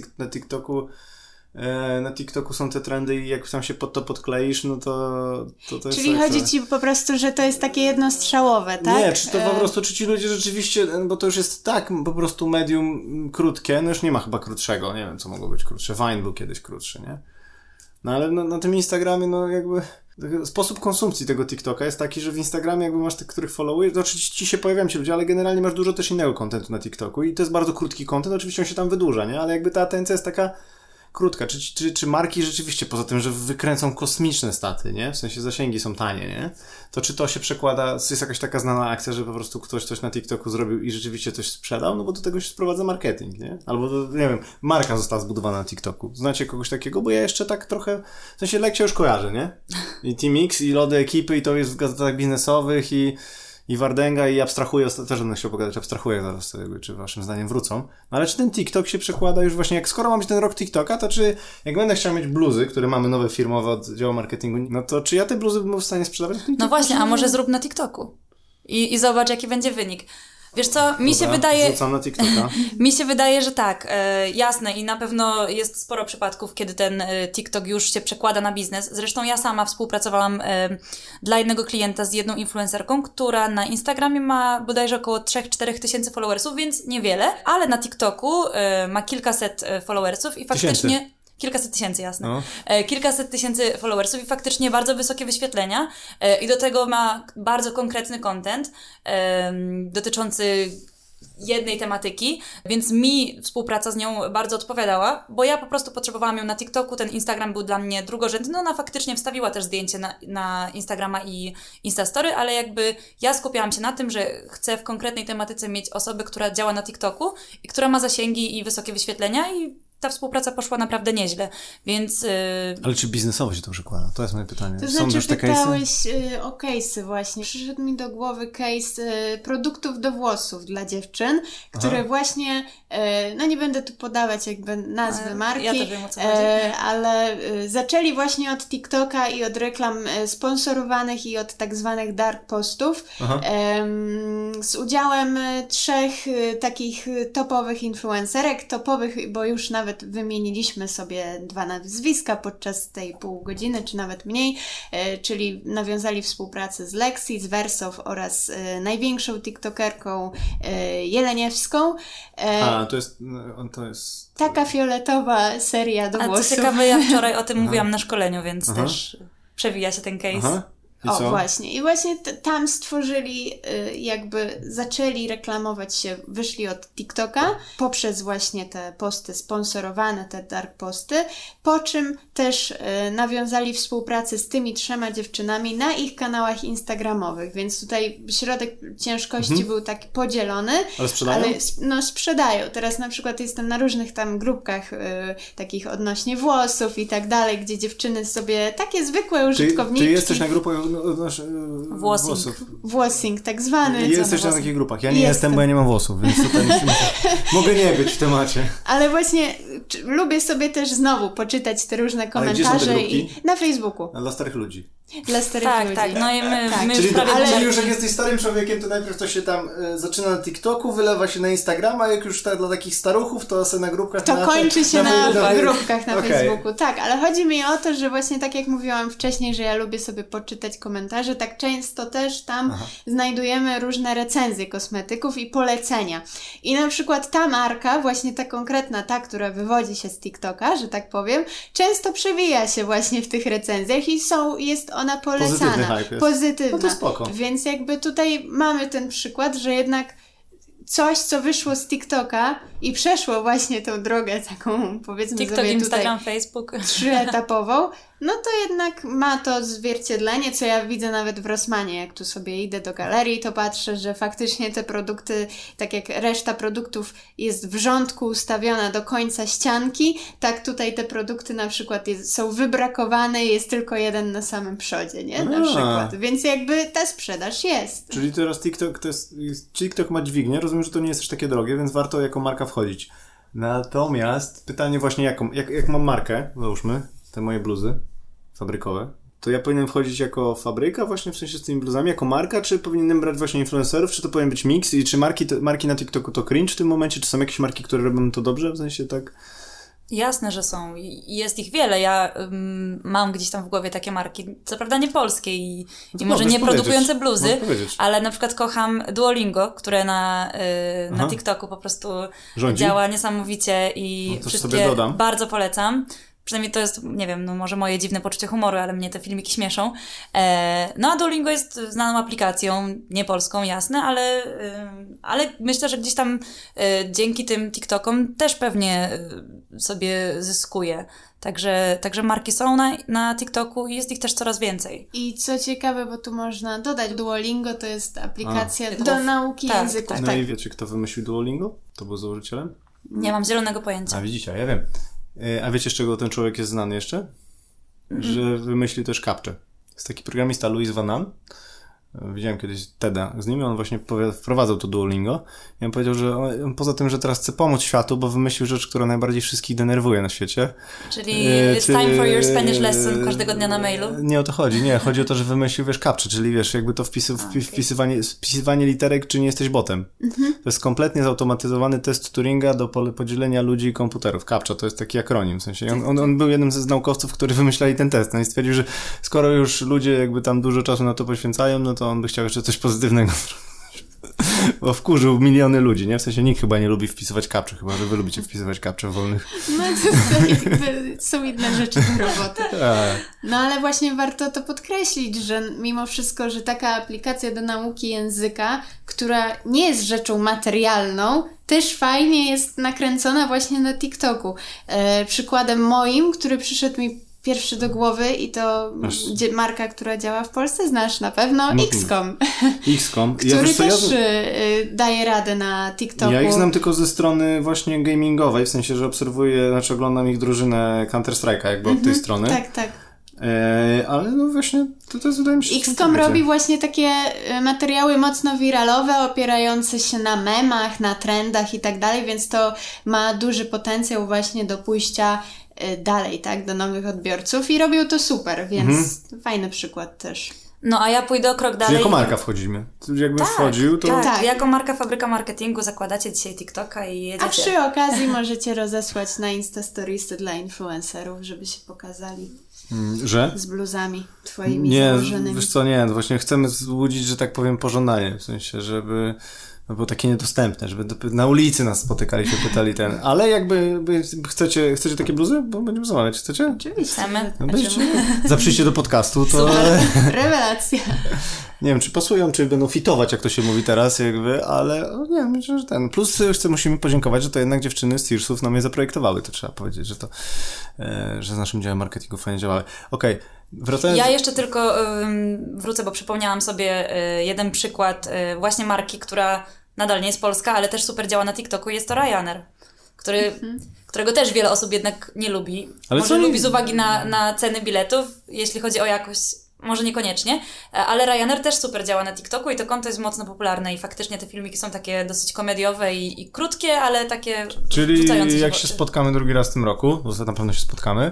na TikToku są te trendy i jak tam się pod to podkleisz, no to jest... Czyli chodzi ci po prostu, że to jest takie jednostrzałowe, tak? Nie, czy to po prostu, czy ci ludzie rzeczywiście, bo to już jest tak po prostu medium krótkie, no już nie ma chyba krótszego, nie wiem co mogło być krótsze, Vine był kiedyś krótszy, nie? No ale na tym Instagramie, no jakby... Sposób konsumpcji tego TikToka jest taki, że w Instagramie jakby masz tych, których followujesz, to oczywiście ci się pojawiają ci ludzie, ale generalnie masz dużo też innego kontentu na TikToku i to jest bardzo krótki content, oczywiście on się tam wydłuża, nie? Ale jakby ta atencja jest taka krótka. Czy marki rzeczywiście, poza tym, że wykręcą kosmiczne staty, nie? W sensie zasięgi są tanie, nie? To czy to się przekłada, jest jakaś taka znana akcja, że po prostu ktoś coś na TikToku zrobił i rzeczywiście coś sprzedał? No bo do tego się sprowadza marketing, nie? Albo, nie wiem, marka została zbudowana na TikToku. Znacie kogoś takiego? Bo ja jeszcze tak trochę, w sensie lekcje już kojarzę, nie? I Team X, i lody ekipy, i to jest w gazetach biznesowych, i Wardęga, i abstrahuję, też będę chciał pogadać, abstrahuję zaraz, czy waszym zdaniem wrócą. No ale czy ten TikTok się przekłada już właśnie, jak skoro ma być ten rok TikToka, to czy jak będę chciał mieć bluzy, które mamy nowe firmowe od działu marketingu, no to czy ja te bluzy bym w stanie sprzedawać? No właśnie, a może zrób na TikToku i zobacz, jaki będzie wynik. Wiesz co, mi się wydaje... Wrzucam na TikToka. Mi się wydaje, że tak, jasne i na pewno jest sporo przypadków, kiedy ten TikTok już się przekłada na biznes. Zresztą ja sama współpracowałam dla jednego klienta z jedną influencerką, która na Instagramie ma bodajże około 3-4 tysięcy followersów, więc niewiele, ale na TikToku ma kilkaset followersów i faktycznie... Kilkaset tysięcy, jasne. No. Kilkaset tysięcy followersów i faktycznie bardzo wysokie wyświetlenia i do tego ma bardzo konkretny content dotyczący jednej tematyki, więc mi współpraca z nią bardzo odpowiadała, bo ja po prostu potrzebowałam ją na TikToku, ten Instagram był dla mnie drugorzędny, no ona faktycznie wstawiła też zdjęcie na Instagrama i Instastory, ale jakby ja skupiałam się na tym, że chcę w konkretnej tematyce mieć osobę, która działa na TikToku i która ma zasięgi i wysokie wyświetlenia i ta współpraca poszła naprawdę nieźle, więc... Ale czy biznesowo się to przekłada? To jest moje pytanie. To znaczy pytałeś o case'y właśnie. Przyszedł mi do głowy case produktów do włosów dla dziewczyn, które właśnie, no nie będę tu podawać jakby nazwy marki, ja też wiem, o co chodzi. Ale zaczęli właśnie od TikToka i od reklam sponsorowanych i od tak zwanych dark postów z udziałem 3 takich topowych influencerek, bo już nawet wymieniliśmy sobie 2 nazwiska podczas tej pół godziny, czy nawet mniej, czyli nawiązali współpracę z Lexi, z Wersow oraz największą tiktokerką Jeleniewską. To jest... Taka fioletowa seria do włosów. A co ciekawe, ja wczoraj o tym mówiłam na szkoleniu, więc też przewija się ten case. O, właśnie. I właśnie tam stworzyli, jakby zaczęli reklamować się, wyszli od TikToka poprzez właśnie te posty sponsorowane, te dark posty, po czym też nawiązali współpracę z tymi 3 dziewczynami na ich kanałach instagramowych, więc tutaj środek ciężkości był taki podzielony. Ale sprzedają? No sprzedają. Teraz na przykład jestem na różnych tam grupkach takich odnośnie włosów i tak dalej, gdzie dziewczyny sobie, takie zwykłe użytkowniczki. Ty jesteś na grupie Włosing, tak zwany. Jesteś na takich grupach. Ja nie jestem, bo ja nie mam włosów, więc tutaj mogę nie być w temacie. Ale właśnie lubię sobie też znowu poczytać te różne komentarze. Ale gdzie są te grupki? Na Facebooku. Dla starych ludzi. Dla starych ludzi. Tak, no i my Czyli, już prawie... Czyli już jak jesteś starym człowiekiem, to najpierw to się tam zaczyna na TikToku, wylewa się na Instagrama, jak już dla takich staruchów, to sobie na grupkach... To kończy się na grupkach na Facebooku. Tak, ale chodzi mi o to, że właśnie tak jak mówiłam wcześniej, że ja lubię sobie poczytać komentarze, tak często też tam znajdujemy różne recenzje kosmetyków i polecenia. I na przykład ta marka, właśnie ta konkretna, ta, która wywodzi się z TikToka, że tak powiem, często przewija się właśnie w tych recenzjach i jest ona polecana. Pozytywna. No to spoko. Więc jakby tutaj mamy ten przykład, że jednak coś, co wyszło z TikToka i przeszło właśnie tą drogę taką, powiedzmy TikTok, sobie Instagram, tutaj Facebook. 3-etapową, no to jednak ma to zwierciedlenie, co ja widzę nawet w Rossmanie. Jak tu sobie idę do galerii, to patrzę, że faktycznie te produkty, tak jak reszta produktów jest w rządku ustawiona do końca ścianki, tak tutaj te produkty na przykład są wybrakowane i jest tylko jeden na samym przodzie, nie? Na przykład. Więc jakby ta sprzedaż jest. Czyli teraz TikTok ma dźwignię, rozumiem, że to nie jest też takie drogie, więc warto jako marka wchodzić. Natomiast pytanie właśnie jak mam markę, załóżmy, te moje bluzy fabrykowe, to ja powinienem wchodzić jako fabryka właśnie w sensie z tymi bluzami, jako marka, czy powinienem brać właśnie influencerów, czy to powinien być miks i czy marki na TikToku to cringe w tym momencie, czy są jakieś marki, które robią to dobrze, w sensie tak... Jasne, że są. Jest ich wiele. Ja mam gdzieś tam w głowie takie marki, co prawda nie polskie i może nie produkujące bluzy, ale na przykład kocham Duolingo, które na TikToku po prostu działa niesamowicie i wszystkie bardzo polecam. Przynajmniej to jest, nie wiem, no może moje dziwne poczucie humoru, ale mnie te filmiki śmieszą. No a Duolingo jest znaną aplikacją, nie polską, jasne, ale myślę, że gdzieś tam dzięki tym TikTokom też pewnie sobie zyskuje. Także marki są na TikToku i jest ich też coraz więcej. I co ciekawe, bo tu można dodać, Duolingo to jest aplikacja do nauki języków. No i wiecie, kto wymyślił Duolingo? To był założycielem? Nie mam zielonego pojęcia. A widzicie, ja wiem. A wiecie, z czego ten człowiek jest znany jeszcze? Że wymyślił też CAPTCHA. Jest taki programista Louis Van Naan. Widziałem kiedyś TEDa z nim i on właśnie wprowadzał to Duolingo. I on powiedział, że on, poza tym, że teraz chce pomóc światu, bo wymyślił rzecz, która najbardziej wszystkich denerwuje na świecie. Czyli it's time for your Spanish lesson każdego dnia na mailu? Nie o to chodzi, nie. Chodzi o to, że wymyślił, CAPTCHA, czyli jakby to wpisywanie literek, czy nie jesteś botem. To jest kompletnie zautomatyzowany test Turinga do podzielenia ludzi i komputerów. CAPTCHA to jest taki akronim. W sensie on był jednym z naukowców, którzy wymyślali ten test. No i stwierdził, że skoro już ludzie jakby tam dużo czasu na to poświęcają, no to on by chciał jeszcze coś pozytywnego. Bo wkurzył miliony ludzi, nie? W sensie nikt chyba nie lubi wpisywać CAPTCHA, chyba że wy lubicie wpisywać CAPTCHA w wolnych. No to jakby są inne rzeczy do roboty. No ale właśnie warto to podkreślić, że mimo wszystko, że taka aplikacja do nauki języka, która nie jest rzeczą materialną, też fajnie jest nakręcona właśnie na TikToku. Przykładem moim, który przyszedł mi pierwszy do głowy i to marka, która działa w Polsce, znasz na pewno, XCOM. XCOM. Który też daje radę na TikToku. Ja ich znam tylko ze strony właśnie gamingowej, w sensie, że oglądam ich drużynę Counter-Strike'a jakby od tej strony. Tak. Ale no właśnie, to jest, wydaje mi się... XCOM robi właśnie takie materiały mocno wiralowe, opierające się na memach, na trendach i tak dalej, więc to ma duży potencjał właśnie do pójścia dalej, tak, do nowych odbiorców i robią to super, więc fajny przykład też. No a ja pójdę o krok dalej. Czyli jako marka wchodzimy. Jakbym wchodził, to... Tak, jako marka Fabryka Marketingu zakładacie dzisiaj TikToka i jedziecie. A przy okazji możecie rozesłać na Instastoriesy dla influencerów, żeby się pokazali. Że? Z bluzami twoimi założonymi. Nie, wiesz co, nie, właśnie chcemy wzbudzić, że tak powiem, pożądanie, w sensie, żeby... No było takie niedostępne, żeby na ulicy nas spotykali, się pytali ale jakby chcecie takie bluzy? Bo będziemy zamawiać, chcecie? Oczywiście. Za przyjście do podcastu, to... Super. Rewelacja. Nie wiem, czy pasują, czy będą fitować, jak to się mówi teraz, jakby, ale nie wiem, myślę, że ten. Plus musimy podziękować, że to jednak dziewczyny z Tearsów nam je zaprojektowały, to trzeba powiedzieć, że z naszym działem marketingu fajnie działały. Okej. Wracając... Ja jeszcze tylko wrócę, bo przypomniałam sobie jeden przykład właśnie marki, która nadal nie jest polska, ale też super działa na TikToku, jest to Ryanair, którego też wiele osób jednak nie lubi. Ale może lubi z uwagi na ceny biletów, jeśli chodzi o jakość, może niekoniecznie, ale Ryanair też super działa na TikToku i to konto jest mocno popularne i faktycznie te filmiki są takie dosyć komediowe i krótkie, ale takie Czyli jak się spotkamy drugi raz w tym roku, bo na pewno się spotkamy,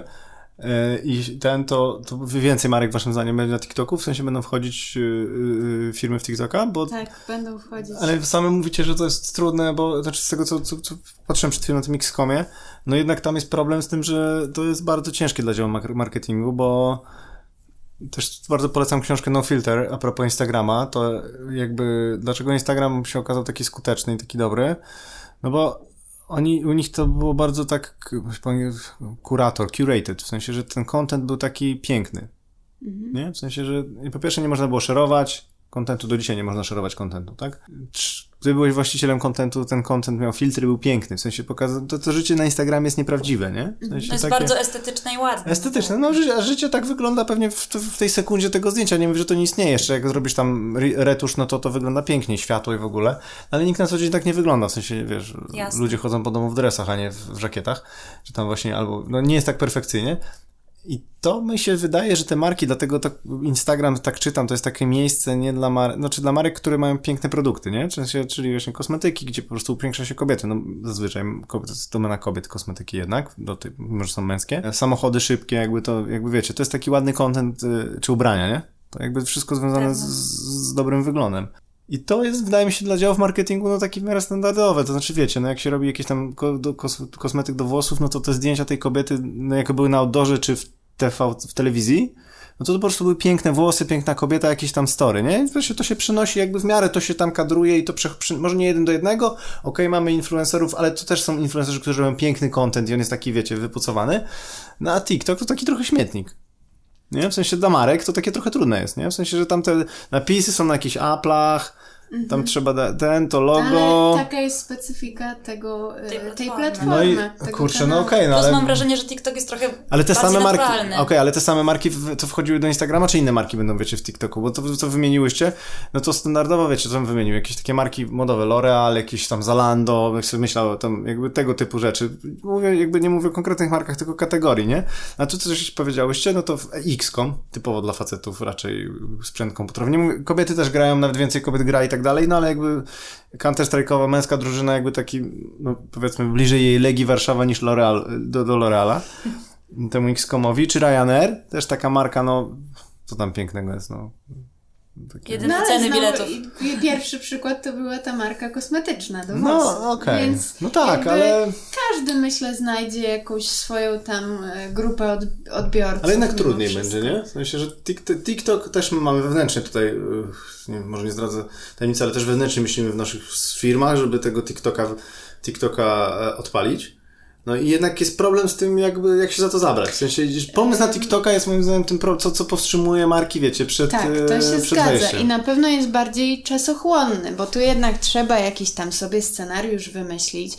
i to więcej marek waszym zdaniem będzie na TikToku? W sensie będą wchodzić firmy w TikToka? Tak, będą wchodzić. Ale same mówicie, że to jest trudne, bo znaczy z tego, co patrzyłem przed chwilą na tym XCOMie, no jednak tam jest problem z tym, że to jest bardzo ciężkie dla działu marketingu, bo też bardzo polecam książkę No Filter a propos Instagrama, to jakby dlaczego Instagram się okazał taki skuteczny i taki dobry, no bo u nich to było bardzo tak curated, w sensie, że ten content był taki piękny, nie? W sensie, że po pierwsze nie można było szerować, kontentu do dzisiaj nie można szerować kontentu, tak? Gdy byłeś właścicielem kontentu, ten kontent miał filtry, był piękny, w sensie pokazał, to życie na Instagramie jest nieprawdziwe, nie? W sensie to jest bardzo estetyczne i ładne. Estetyczne, no a życie tak wygląda pewnie w tej sekundzie tego zdjęcia, nie mówię, że to nie istnieje jeszcze, jak zrobisz tam retusz, no to wygląda pięknie, światło i w ogóle, ale nikt na co dzień tak nie wygląda, w sensie, wiesz, Jasne. Ludzie chodzą po domu w dresach, a nie w żakietach, czy tam właśnie, albo, no nie jest tak perfekcyjnie. I to mi się wydaje, że te marki, dlatego to Instagram, tak czytam, to jest takie miejsce nie dla marek, znaczy dla marek, które mają piękne produkty, nie? Czyli właśnie kosmetyki, gdzie po prostu upiększa się kobiety. No zazwyczaj to jest domena kobiet, kosmetyki jednak, może są męskie. Samochody szybkie, jakby wiecie, to jest taki ładny content, czy ubrania, nie? To jakby wszystko związane z dobrym wyglądem. I to jest, wydaje mi się, dla działów marketingu no takie w miarę standardowe, to znaczy wiecie, no jak się robi jakiś tam kosmetyk do włosów, no to te zdjęcia tej kobiety, no jak były na outdoorze czy w TV, w telewizji, no to po prostu były piękne włosy, piękna kobieta, jakieś tam story, nie? To się przenosi jakby w miarę, to się tam kadruje i to może nie 1 do 1, okej, mamy influencerów, ale to też są influencerzy, którzy robią piękny content i on jest taki, wiecie, wypucowany, no a TikTok to taki trochę śmietnik. Nie? W sensie dla marek to takie trochę trudne jest, nie? W sensie, że tam te napisy są na jakichś Apple'ach, tam trzeba to logo. Ale taka jest specyfika tej platformy. No i kurczę, no okej, no ale... Plus mam wrażenie, że TikTok jest trochę ale te same marki, naturalny. ale te same marki to wchodziły do Instagrama, czy inne marki będą, wiecie, w TikToku? Bo to, co wymieniłyście, no to standardowo, wiecie, co bym wymienił? Jakieś takie marki modowe, L'Oreal, jakieś tam Zalando, jak sobie myślał, tam jakby tego typu rzeczy. Nie mówię o konkretnych markach, tylko kategorii, nie? A tu coś powiedziałyście, no to XCOM, typowo dla facetów raczej sprzęt komputerowy. Nie mówię, kobiety też grają, nawet więcej kobiet gra i tak dalej, no ale jakby Counter-Strike'owa męska drużyna jakby taki, no powiedzmy bliżej jej Legii Warszawa niż do L'Oreala, temu XCOM-owi, czy Ryanair, też taka marka, no co tam pięknego jest, no. Jedyne ceny biletów. Pierwszy przykład to była ta marka kosmetyczna do włosów. No okej. Więc no tak, ale... Każdy, myślę, znajdzie jakąś swoją tam grupę odbiorców. Ale jednak trudniej będzie, nie? W sensie, że TikTok też mamy wewnętrznie tutaj, nie wiem, może nie zdradzę tajemnicy, ale też wewnętrznie myślimy w naszych firmach, żeby tego TikToka odpalić. No i jednak jest problem z tym, jakby, jak się za to zabrać. W sensie, pomysł na TikToka jest moim zdaniem tym, co powstrzymuje marki, wiecie, przed wejściem. Tak, to się zgadza. I na pewno jest bardziej czasochłonny, bo tu jednak trzeba jakiś tam sobie scenariusz wymyślić,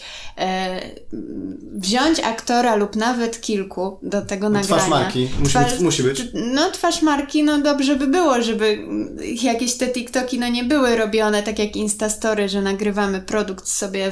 wziąć aktora lub nawet kilku do tego nagrania. Twarz marki musi być. No twarz marki, no dobrze by było, żeby jakieś te TikToki no nie były robione tak jak Instastory, że nagrywamy produkt sobie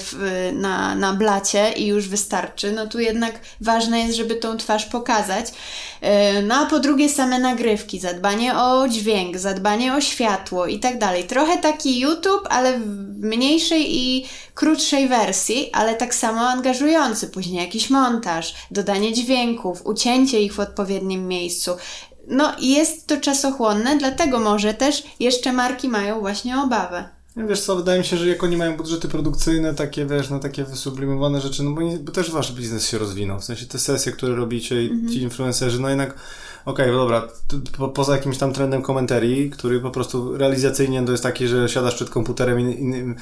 na blacie i już wystarczy. No tu jednak ważne jest, żeby tą twarz pokazać. No a po drugie same nagrywki, zadbanie o dźwięk, zadbanie o światło i tak dalej. Trochę taki YouTube, ale w mniejszej i krótszej wersji, ale tak samo angażujący. Później jakiś montaż, dodanie dźwięków, ucięcie ich w odpowiednim miejscu. No i jest to czasochłonne, dlatego może też jeszcze marki mają właśnie obawę. No wiesz co, wydaje mi się, że jak oni mają budżety produkcyjne, takie wiesz, no takie wysublimowane rzeczy, no bo też wasz biznes się rozwinął, w sensie te sesje, które robicie i ci influencerzy, no jednak okej, dobra, poza jakimś tam trendem komentarii, który po prostu realizacyjnie to jest taki, że siadasz przed komputerem i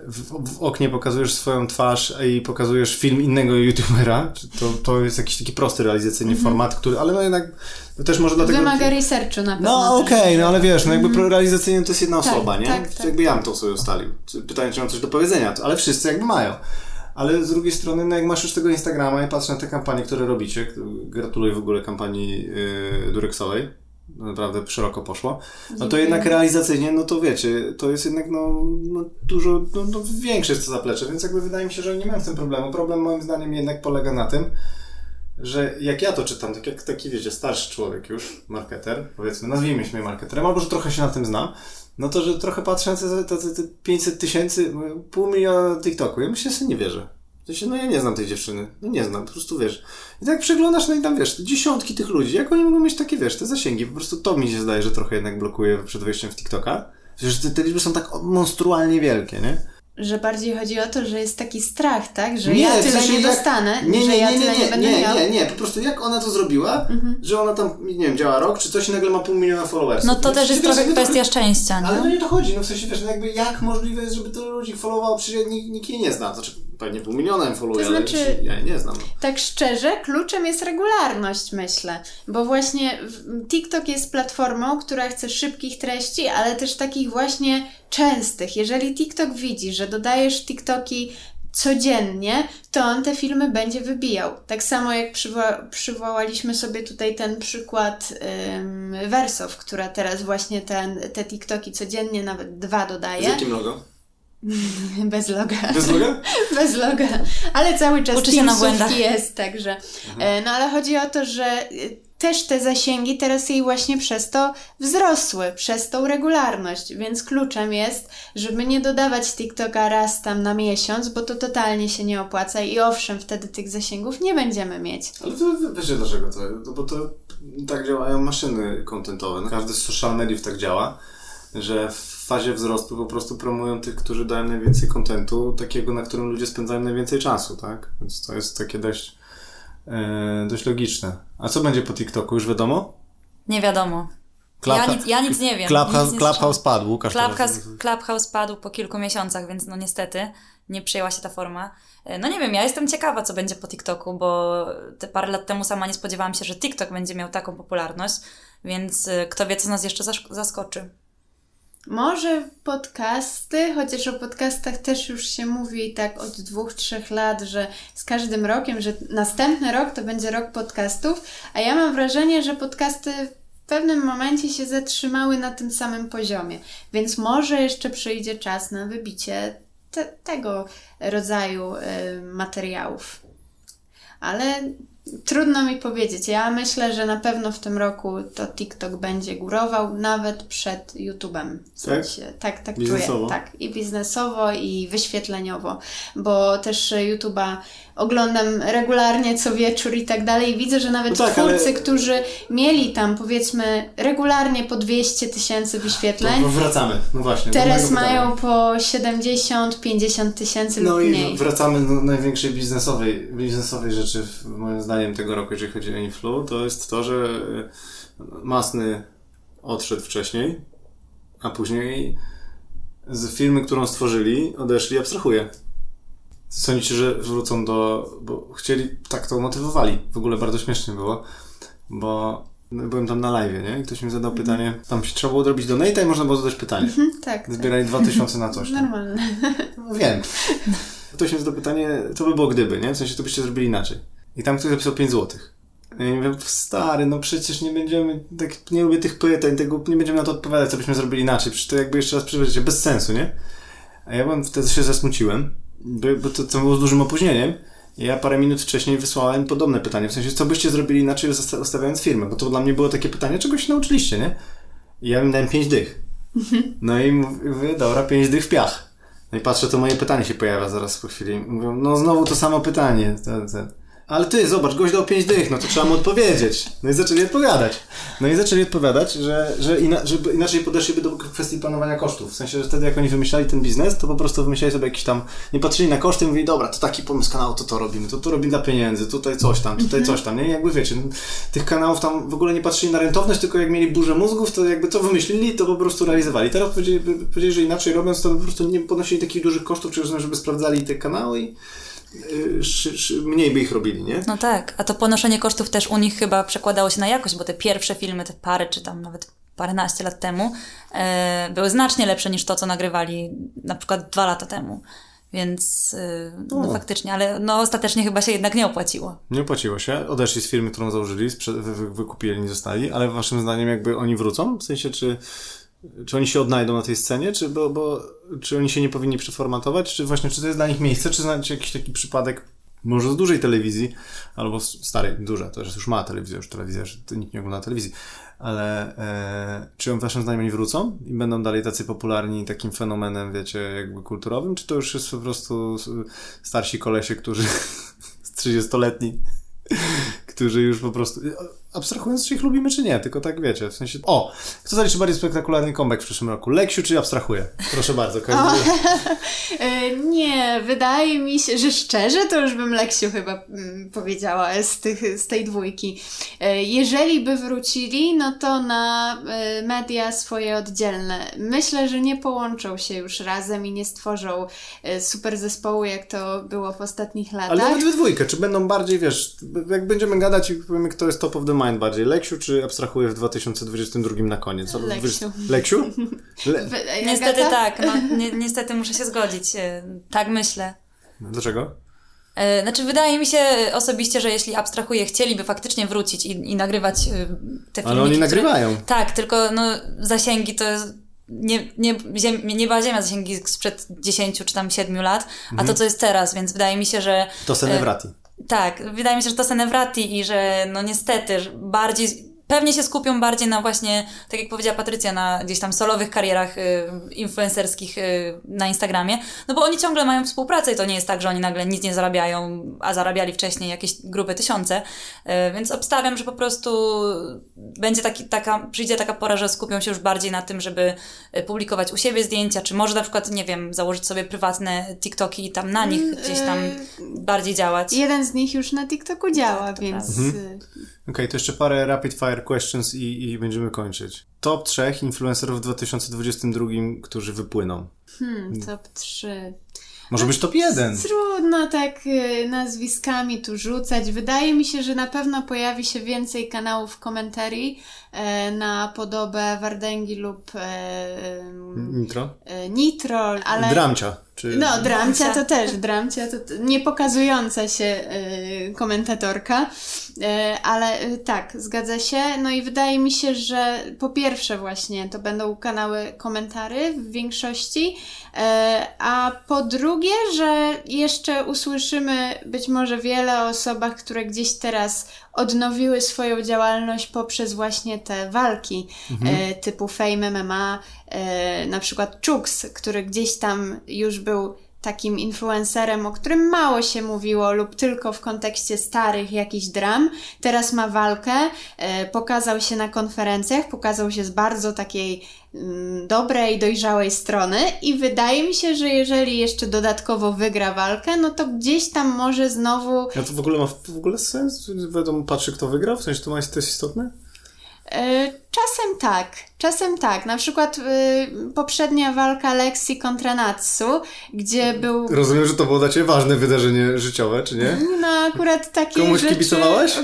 w oknie pokazujesz swoją twarz i pokazujesz film innego youtubera, to jest jakiś taki prosty realizacyjnie format, który, ale no jednak też może dlatego... Wymaga researchu na pewno. No okej, no ale wiesz, no jakby realizacyjnie to jest jedna osoba, nie? Tak. Jakby ja bym to sobie ustalił. Pytanie, czy mam coś do powiedzenia, ale wszyscy jakby mają. Ale z drugiej strony, no jak masz już tego Instagrama i patrzę na te kampanie, które robicie, gratuluję w ogóle kampanii Durexowej, naprawdę szeroko poszło, no to jednak realizacyjnie, no to wiecie, to jest jednak no dużo większe jest to zaplecze, więc jakby wydaje mi się, że nie mam z tym problemu. Problem moim zdaniem jednak polega na tym, że jak ja to czytam, tak jak taki, wiecie, starszy człowiek już, marketer, powiedzmy, nazwijmy się marketerem, albo że trochę się na tym znam, no to, że trochę patrzę na te 500 000, 500 000 TikToku, ja myślę, że nie wierzę. No ja nie znam tej dziewczyny, no nie znam, po prostu wiesz. I tak przeglądasz, no i tam wiesz, dziesiątki tych ludzi, jak oni mogą mieć takie, wiesz, te zasięgi, po prostu to mi się zdaje, że trochę jednak blokuje przed wejściem w TikToka. Przecież te liczby są tak monstrualnie wielkie, nie? Że bardziej chodzi o to, że jest taki strach, tak? Że ja tyle nie dostanę, że ja tyle nie będę miał. Nie, po prostu jak ona to zrobiła, że ona tam, nie wiem, działa rok, czy coś i nagle ma 500 000 followersów. No to też jest trochę kwestia szczęścia, nie? Ale no nie to chodzi, no w sensie wiesz, no jakby jak możliwe jest, żeby tyle ludzi followowało, przecież nikt jej nie zna. Znaczy, pewnie 500 000 followuje, To znaczy, ale ja nie znam. Tak szczerze, kluczem jest regularność, myślę. Bo właśnie TikTok jest platformą, która chce szybkich treści, ale też takich właśnie częstych. Jeżeli TikTok widzi, że dodajesz TikToki codziennie, to on te filmy będzie wybijał. Tak samo jak przywołaliśmy sobie tutaj ten przykład Wersow, która teraz właśnie te TikToki codziennie, nawet 2 dodaje. Z jakim logo? Bez loga. Bez loga? Bez loga. Ale cały czas Uczy się na błędach. jest, także. No ale chodzi o to, że też te zasięgi teraz jej właśnie przez to wzrosły, przez tą regularność, więc kluczem jest, żeby nie dodawać TikToka raz tam na miesiąc, bo to totalnie się nie opłaca i owszem, wtedy tych zasięgów nie będziemy mieć. Ale to wiecie dlaczego to? Bo to tak działają maszyny kontentowe. Każdy z social mediów tak działa, że w fazie wzrostu po prostu promują tych, którzy dają najwięcej kontentu, takiego, na którym ludzie spędzają najwięcej czasu, tak? Więc to jest takie dość logiczne. A co będzie po TikToku? Już wiadomo? Nie wiadomo. Ja nic nie wiem. Clubhouse padł, Łukasz. Clubhouse padł po kilku miesiącach, więc no niestety nie przyjęła się ta forma. No nie wiem, ja jestem ciekawa, co będzie po TikToku, bo te parę lat temu sama nie spodziewałam się, że TikTok będzie miał taką popularność, więc kto wie, co nas jeszcze zaskoczy. Może podcasty, chociaż o podcastach też już się mówi tak od 2-3 lat, że z każdym rokiem, że następny rok to będzie rok podcastów, a ja mam wrażenie, że podcasty w pewnym momencie się zatrzymały na tym samym poziomie, więc może jeszcze przyjdzie czas na wybicie tego rodzaju materiałów. Ale trudno mi powiedzieć. Ja myślę, że na pewno w tym roku to TikTok będzie górował nawet przed YouTube'em. W sensie, tak czuję. Tak, i biznesowo, i wyświetleniowo, bo też YouTube'a oglądam regularnie co wieczór i tak dalej. Widzę, że nawet twórcy, którzy mieli tam powiedzmy regularnie po 200 000 wyświetleń. No wracamy, no właśnie. Teraz mają po 70-50 tysięcy lub mniej. No i wracamy do największej biznesowej rzeczy, moim zdaniem, tego roku, jeżeli chodzi o Influ, to jest to, że Masny odszedł wcześniej, a później z firmy, którą stworzyli, odeszli, abstrahuję. Sądzicie, że wrócą bo chcieli, tak to motywowali. W ogóle bardzo śmiesznie było, bo byłem tam na live, nie? I ktoś mi zadał pytanie, tam się trzeba było zrobić donate i można było zadać pytanie. Tak. Zbierali 2000 na coś. Normalne. No, wiem. Ktoś mi zadał pytanie, co by było gdyby, nie? W sensie, to byście zrobili inaczej. I tam ktoś zapisał 5 złotych. I ja mówię, stary, no przecież nie będziemy, tak nie lubię tych pytań, nie będziemy na to odpowiadać, co byśmy zrobili inaczej. Przecież to jakby jeszcze raz przyjrzeć, bez sensu, nie? A ja wtedy się zasmuciłem, bo to było z dużym opóźnieniem. I ja parę minut wcześniej wysłałem podobne pytanie, w sensie, co byście zrobili inaczej, ustawiając firmę, bo to dla mnie było takie pytanie, czego się nauczyliście, nie? I ja im dałem 5 dych. No i mówię, dobra, 5 dych w piach. No i patrzę, to moje pytanie się pojawia zaraz po chwili. Mówią, no znowu to samo pytanie. Ale ty, zobacz, gość dał 5 dych, no to trzeba mu odpowiedzieć. No i zaczęli odpowiadać. Że inaczej podeszliby do kwestii planowania kosztów. W sensie, że wtedy jak oni wymyślali ten biznes, to po prostu wymyślali sobie jakiś tam, nie patrzyli na koszty i mówili, dobra, to taki pomysł kanału, to robimy, to robimy dla pieniędzy, tutaj coś tam, nie? I jakby wiecie, tych kanałów tam w ogóle nie patrzyli na rentowność, tylko jak mieli burzę mózgów, to jakby co wymyślili, to po prostu realizowali. Teraz powiedzieli, że inaczej robiąc, to po prostu nie ponosili takich dużych kosztów, czy żeby sprawdzali te kanały i mniej by ich robili, nie? No tak, a to ponoszenie kosztów też u nich chyba przekładało się na jakość, bo te pierwsze filmy, te parę czy tam nawet paręnaście lat temu były znacznie lepsze niż to, co nagrywali na przykład 2 lata temu. Więc no faktycznie, ale no ostatecznie chyba się jednak nie opłaciło. Nie opłaciło się. Odeszli z firmy, którą założyli, wykupili, nie zostali, ale waszym zdaniem jakby oni wrócą? W sensie, czy oni się odnajdą na tej scenie, czy oni się nie powinni przeformatować, czy to jest dla nich miejsce, czy znacie jakiś taki przypadek, może z dużej telewizji, albo starej, duża, to już ma telewizja, że to nikt nie ogląda telewizji, ale czy waszym zdaniem oni wrócą i będą dalej tacy popularni, takim fenomenem, wiecie, jakby kulturowym, czy to już jest po prostu starsi kolesie, którzy 30-letni, którzy już po prostu... abstrahując, czy ich lubimy, czy nie, tylko tak wiecie, w sensie... O! Kto zaliczy bardziej spektakularny comeback w przyszłym roku? Leksiu czy abstrahuje? Proszę bardzo. Nie, wydaje mi się, że szczerze to już bym Leksiu chyba powiedziała z tej dwójki. Jeżeli by wrócili, no to na media swoje oddzielne. Myślę, że nie połączą się już razem i nie stworzą super zespołu, jak to było w ostatnich latach. Ale nawet we dwójkę, czy będą bardziej, wiesz, jak będziemy gadać i powiemy, kto jest top of the mind bardziej, Leksiu czy abstrahuje w 2022 na koniec? Leksiu. Leksiu? Niestety tak, no, niestety muszę się zgodzić. Tak myślę. Dlaczego? Znaczy wydaje mi się osobiście, że jeśli abstrahuje chcieliby faktycznie wrócić i nagrywać te filmiki... Ale oni nagrywają. Tak, tylko no, zasięgi to jest... Nie była ziemia zasięgi sprzed 10 czy tam 7 lat, a to co jest teraz, więc wydaje mi się, że... To Senevrati. Tak, wydaje mi się, że to Senevrati i że no niestety bardziej... Pewnie się skupią bardziej na właśnie, tak jak powiedziała Patrycja, na gdzieś tam solowych karierach influencerskich na Instagramie, no bo oni ciągle mają współpracę i to nie jest tak, że oni nagle nic nie zarabiają, a zarabiali wcześniej jakieś grube tysiące, więc obstawiam, że po prostu będzie przyjdzie taka pora, że skupią się już bardziej na tym, żeby publikować u siebie zdjęcia, czy może na przykład, nie wiem, założyć sobie prywatne TikToki i tam na nich gdzieś tam bardziej działać. Jeden z nich już na TikToku działa, więc... Okej, to jeszcze parę rapid fire questions i będziemy kończyć. Top 3 influencerów w 2022, którzy wypłyną. Top 3. Może być top 1. Trudno tak nazwiskami tu rzucać. Wydaje mi się, że na pewno pojawi się więcej kanałów komentarii na podobę Wardęgi lub Nitro, ale... Dramcia. No, Dramcia to też. Dramcia to nie pokazująca się komentatorka, ale tak, zgadza się. No i wydaje mi się, że po pierwsze właśnie to będą kanały komentarzy w większości, a po drugie, że jeszcze usłyszymy być może wiele o osobach, które gdzieś teraz odnowiły swoją działalność poprzez właśnie te walki typu Fame MMA, na przykład Chuks, który gdzieś tam już był takim influencerem, o którym mało się mówiło lub tylko w kontekście starych jakichś dram. Teraz ma walkę, pokazał się na konferencjach, pokazał się z bardzo takiej dobrej, dojrzałej strony i wydaje mi się, że jeżeli jeszcze dodatkowo wygra walkę, no to gdzieś tam może znowu... A to w ogóle ma sens? Wiadomo, patrzy kto wygrał? W sensie to jest istotne? Czasem tak. Na przykład poprzednia walka Lexi kontra Natsu, gdzie był... Rozumiem, że to było dla Ciebie ważne wydarzenie życiowe, czy nie? No akurat takie Komuś rzeczy kibicowałaś?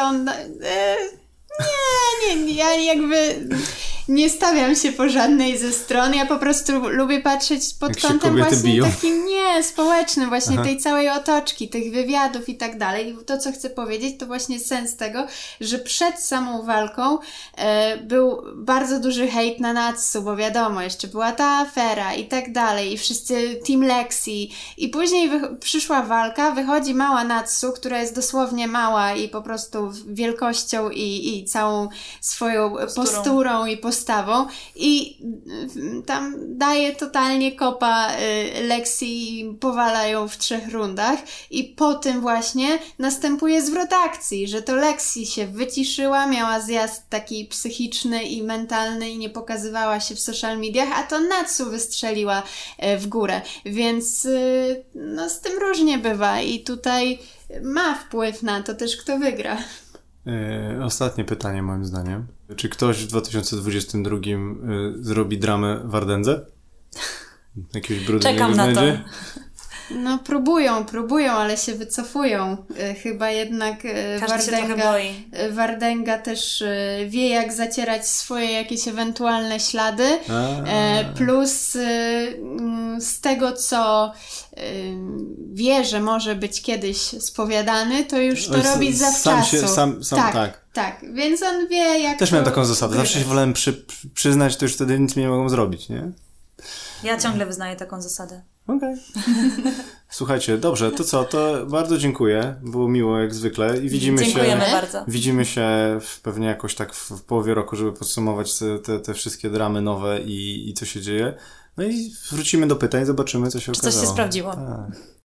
Nie, ja jakby nie stawiam się po żadnej ze stron, ja po prostu lubię patrzeć pod jak kątem właśnie biją. takim, społecznym, właśnie tej całej otoczki, tych wywiadów i tak dalej. To, co chcę powiedzieć, to właśnie sens tego, że przed samą walką był bardzo duży hejt na Natsu, bo wiadomo, jeszcze była ta afera i tak dalej i wszyscy Team Lexi i później przyszła walka, wychodzi mała Natsu, która jest dosłownie mała i po prostu wielkością i całą swoją posturą i postawą i tam daje totalnie kopa Lexi i powala ją w 3 rundach i po tym właśnie następuje zwrot akcji, że to Lexi się wyciszyła, miała zjazd taki psychiczny i mentalny i nie pokazywała się w social mediach, a to Natsu wystrzeliła w górę, więc no z tym różnie bywa i tutaj ma wpływ na to też kto wygra. Ostatnie pytanie moim zdaniem. Czy ktoś w 2022 zrobi dramę Wardędze? Jakiegoś brudu Czekam na to. No próbują, ale się wycofują. Chyba jednak Wardęga też wie, jak zacierać swoje jakieś ewentualne ślady. Plus z tego, co wie, że może być kiedyś spowiadany, to już to robi zawczasu. Tak, więc on wie, jak też miałem taką zasadę. Zawsze się wolałem przyznać, to już wtedy nic mi nie mogą zrobić, nie? Ja ciągle wyznaję taką zasadę. Okej. Słuchajcie, dobrze, to co? To bardzo dziękuję. Było miło jak zwykle i Dziękujemy bardzo. Widzimy się pewnie jakoś tak w połowie roku, żeby podsumować te wszystkie dramy nowe i co się dzieje. No i wrócimy do pytań, zobaczymy, co się okazało. Czy coś się sprawdziło. Tak.